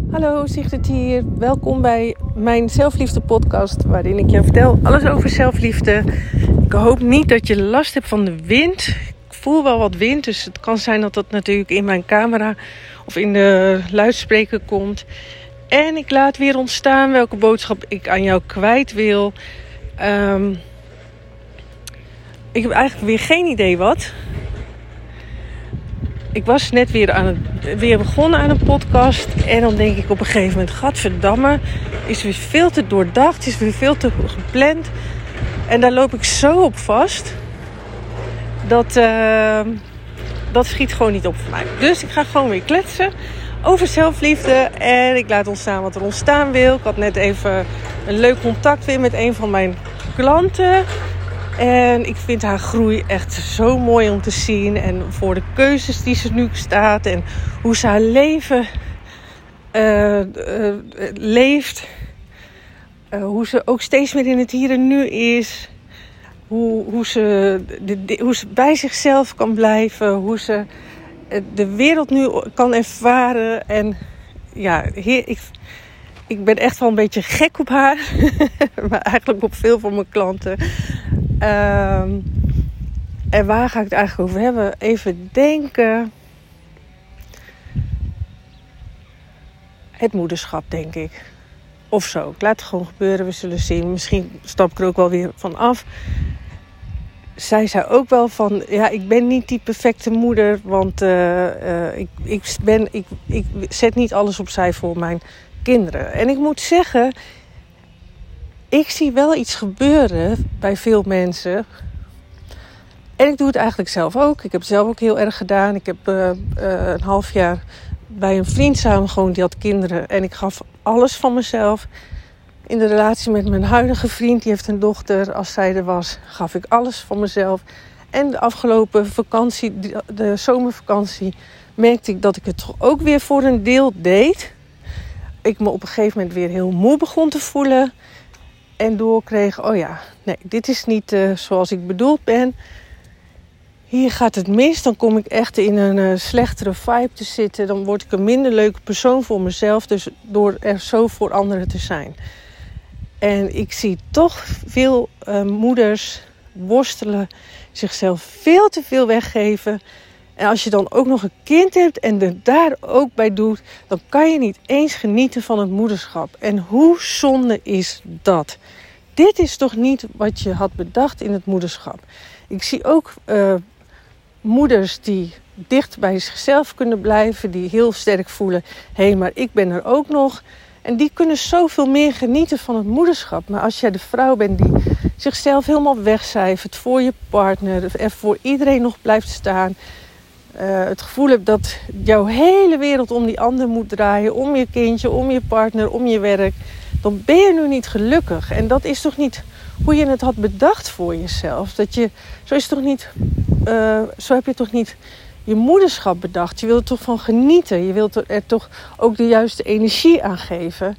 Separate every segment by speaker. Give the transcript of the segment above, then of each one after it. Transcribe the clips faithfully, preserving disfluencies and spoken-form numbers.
Speaker 1: Hallo, Sigrid hier. Welkom bij mijn zelfliefde podcast, waarin ik jou vertel alles over zelfliefde. Ik hoop niet dat je last hebt van de wind. Ik voel wel wat wind, dus het kan zijn dat dat natuurlijk in mijn camera of in de luidspreker komt. En ik laat weer ontstaan welke boodschap ik aan jou kwijt wil. Um, ik heb eigenlijk weer geen idee wat. Ik was net weer, aan het, weer begonnen aan een podcast. En dan denk ik op een gegeven moment, gadverdamme, is weer veel te doordacht, is weer veel te gepland. En daar loop ik zo op vast. Dat, uh, dat schiet gewoon niet op voor mij. Dus ik ga gewoon weer kletsen over zelfliefde. En ik laat ontstaan wat er ontstaan wil. Ik had net even een leuk contact weer met een van mijn klanten. En ik vind haar groei echt zo mooi om te zien. En voor de keuzes die ze nu staat. En hoe ze haar leven uh, uh, leeft. Uh, hoe ze ook steeds meer in het hier en nu is. Hoe, hoe, ze, de, de, hoe ze bij zichzelf kan blijven. Hoe ze de wereld nu kan ervaren. En ja, heer, ik, ik ben echt wel een beetje gek op haar. Maar eigenlijk op veel van mijn klanten. Um, en waar ga ik het eigenlijk over hebben? Even denken. Het moederschap, denk ik. Of zo. Ik laat het gewoon gebeuren. We zullen zien. Misschien stap ik er ook wel weer van af. Zij zei ook wel van... Ja, ik ben niet die perfecte moeder. Want uh, uh, ik, ik, ben, ik, ik zet niet alles opzij voor mijn kinderen. En ik moet zeggen... Ik zie wel iets gebeuren bij veel mensen. En ik doe het eigenlijk zelf ook. Ik heb het zelf ook heel erg gedaan. Ik heb uh, uh, een half jaar bij een vriend samengewoond. Die had kinderen. En ik gaf alles van mezelf. In de relatie met mijn huidige vriend. Die heeft een dochter. Als zij er was, gaf ik alles van mezelf. En de afgelopen vakantie, de zomervakantie, merkte ik dat ik het toch ook weer voor een deel deed. Ik me op een gegeven moment weer heel moe begon te voelen. En doorkreeg, oh ja, nee, dit is niet uh, zoals ik bedoeld ben. Hier gaat het mis. Dan kom ik echt in een uh, slechtere vibe te zitten. Dan word ik een minder leuke persoon voor mezelf. Dus door er zo voor anderen te zijn. En ik zie toch veel uh, moeders worstelen. Zichzelf veel te veel weggeven. En als je dan ook nog een kind hebt en er daar ook bij doet, dan kan je niet eens genieten van het moederschap. En hoe zonde is dat? Dit is toch niet wat je had bedacht in het moederschap. Ik zie ook uh, moeders die dicht bij zichzelf kunnen blijven, die heel sterk voelen, hé, hey, maar ik ben er ook nog. En die kunnen zoveel meer genieten van het moederschap. Maar als jij de vrouw bent die zichzelf helemaal wegcijfert voor je partner, er voor iedereen nog blijft staan, Uh, het gevoel hebt dat jouw hele wereld om die ander moet draaien, om je kindje, om je partner, om je werk, dan ben je nu niet gelukkig. En dat is toch niet hoe je het had bedacht voor jezelf. Dat je, zo, is toch niet, uh, zo heb je toch niet je moederschap bedacht. Je wilt er toch van genieten. Je wilt er toch ook de juiste energie aan geven.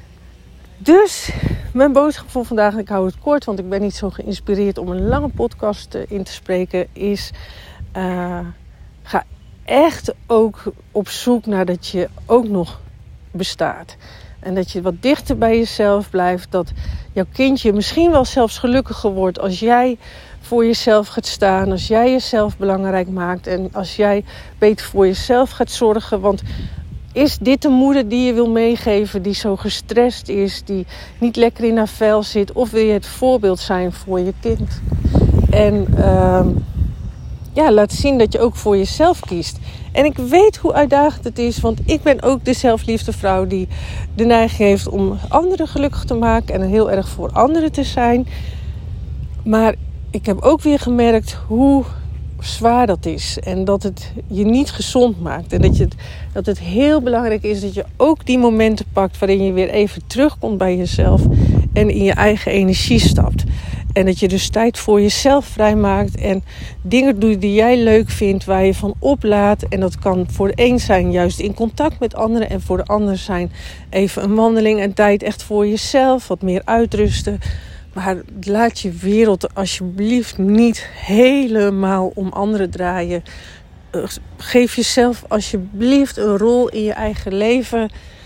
Speaker 1: Dus mijn boodschap voor vandaag, en ik hou het kort, want ik ben niet zo geïnspireerd om een lange podcast uh, in te spreken, is... Uh, Ga echt ook op zoek naar dat je ook nog bestaat. En dat je wat dichter bij jezelf blijft. Dat jouw kindje misschien wel zelfs gelukkiger wordt als jij voor jezelf gaat staan. Als jij jezelf belangrijk maakt. En als jij beter voor jezelf gaat zorgen. Want is dit de moeder die je wil meegeven, die zo gestrest is, die niet lekker in haar vel zit? Of wil je het voorbeeld zijn voor je kind? En... Uh, Ja, laat zien dat je ook voor jezelf kiest. En ik weet hoe uitdagend het is. Want ik ben ook de zelfliefde vrouw die de neiging heeft om anderen gelukkig te maken. En heel erg voor anderen te zijn. Maar ik heb ook weer gemerkt hoe zwaar dat is. En dat het je niet gezond maakt. En dat, je het, dat het heel belangrijk is dat je ook die momenten pakt waarin je weer even terugkomt bij jezelf. En in je eigen energie stapt. En dat je dus tijd voor jezelf vrijmaakt. En dingen doet die jij leuk vindt. Waar je van oplaat. En dat kan voor de een zijn juist in contact met anderen. En voor de ander zijn even een wandeling. En tijd echt voor jezelf. Wat meer uitrusten. Maar laat je wereld alsjeblieft niet helemaal om anderen draaien. Geef jezelf alsjeblieft een rol in je eigen leven.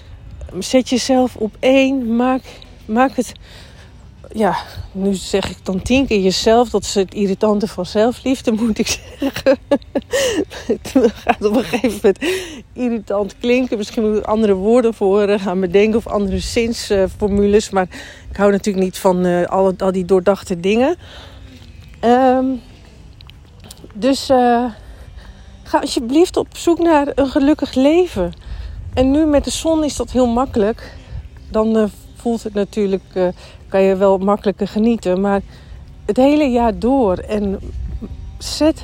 Speaker 1: zet jezelf op één. Maak, maak het... Ja, nu zeg ik dan tien keer jezelf. Dat is het irritante van zelfliefde, moet ik zeggen. Het gaat op een gegeven moment irritant klinken. Misschien moet ik andere woorden voor gaan bedenken. Of andere zinsformules. Maar ik hou natuurlijk niet van uh, al, al die doordachte dingen. Um, dus uh, ga alsjeblieft op zoek naar een gelukkig leven. En nu met de zon is dat heel makkelijk. Dan uh, voelt het natuurlijk... Uh, kan je wel makkelijker genieten. Maar het hele jaar door. En zet...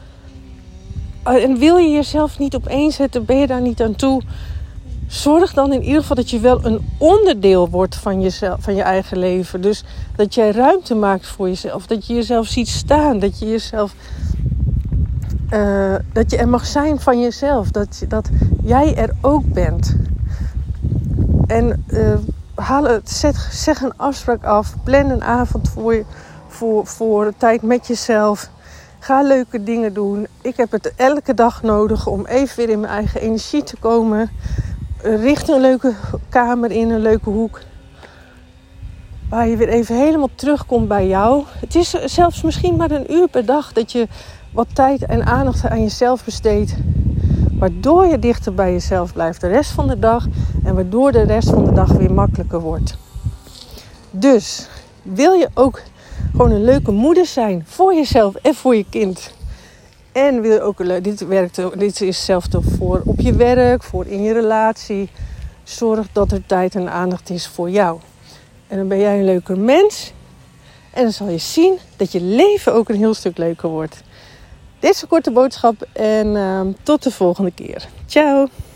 Speaker 1: En wil je jezelf niet opeenzetten, ben je daar niet aan toe. Zorg dan in ieder geval dat je wel een onderdeel wordt van, jezelf, van je eigen leven. Dus dat jij ruimte maakt voor jezelf. Dat je jezelf ziet staan. Dat je jezelf... Uh, dat je er mag zijn van jezelf. Dat, dat jij er ook bent. En... Uh, Haal het, zet, zeg een afspraak af. Plan een avond voor, je, voor, voor tijd met jezelf. Ga leuke dingen doen. Ik heb het elke dag nodig om even weer in mijn eigen energie te komen. Richt een leuke kamer in, een leuke hoek. Waar je weer even helemaal terugkomt bij jou. Het is zelfs misschien maar een uur per dag dat je wat tijd en aandacht aan jezelf besteedt. Waardoor je dichter bij jezelf blijft de rest van de dag. En waardoor de rest van de dag weer makkelijker wordt. Dus wil je ook gewoon een leuke moeder zijn. Voor jezelf en voor je kind. En wil je ook een, dit, werkt, dit is hetzelfde voor op je werk. Voor in je relatie. Zorg dat er tijd en aandacht is voor jou. En dan ben jij een leuker mens. En dan zal je zien dat je leven ook een heel stuk leuker wordt. Dit is een korte boodschap en uh, tot de volgende keer. Ciao!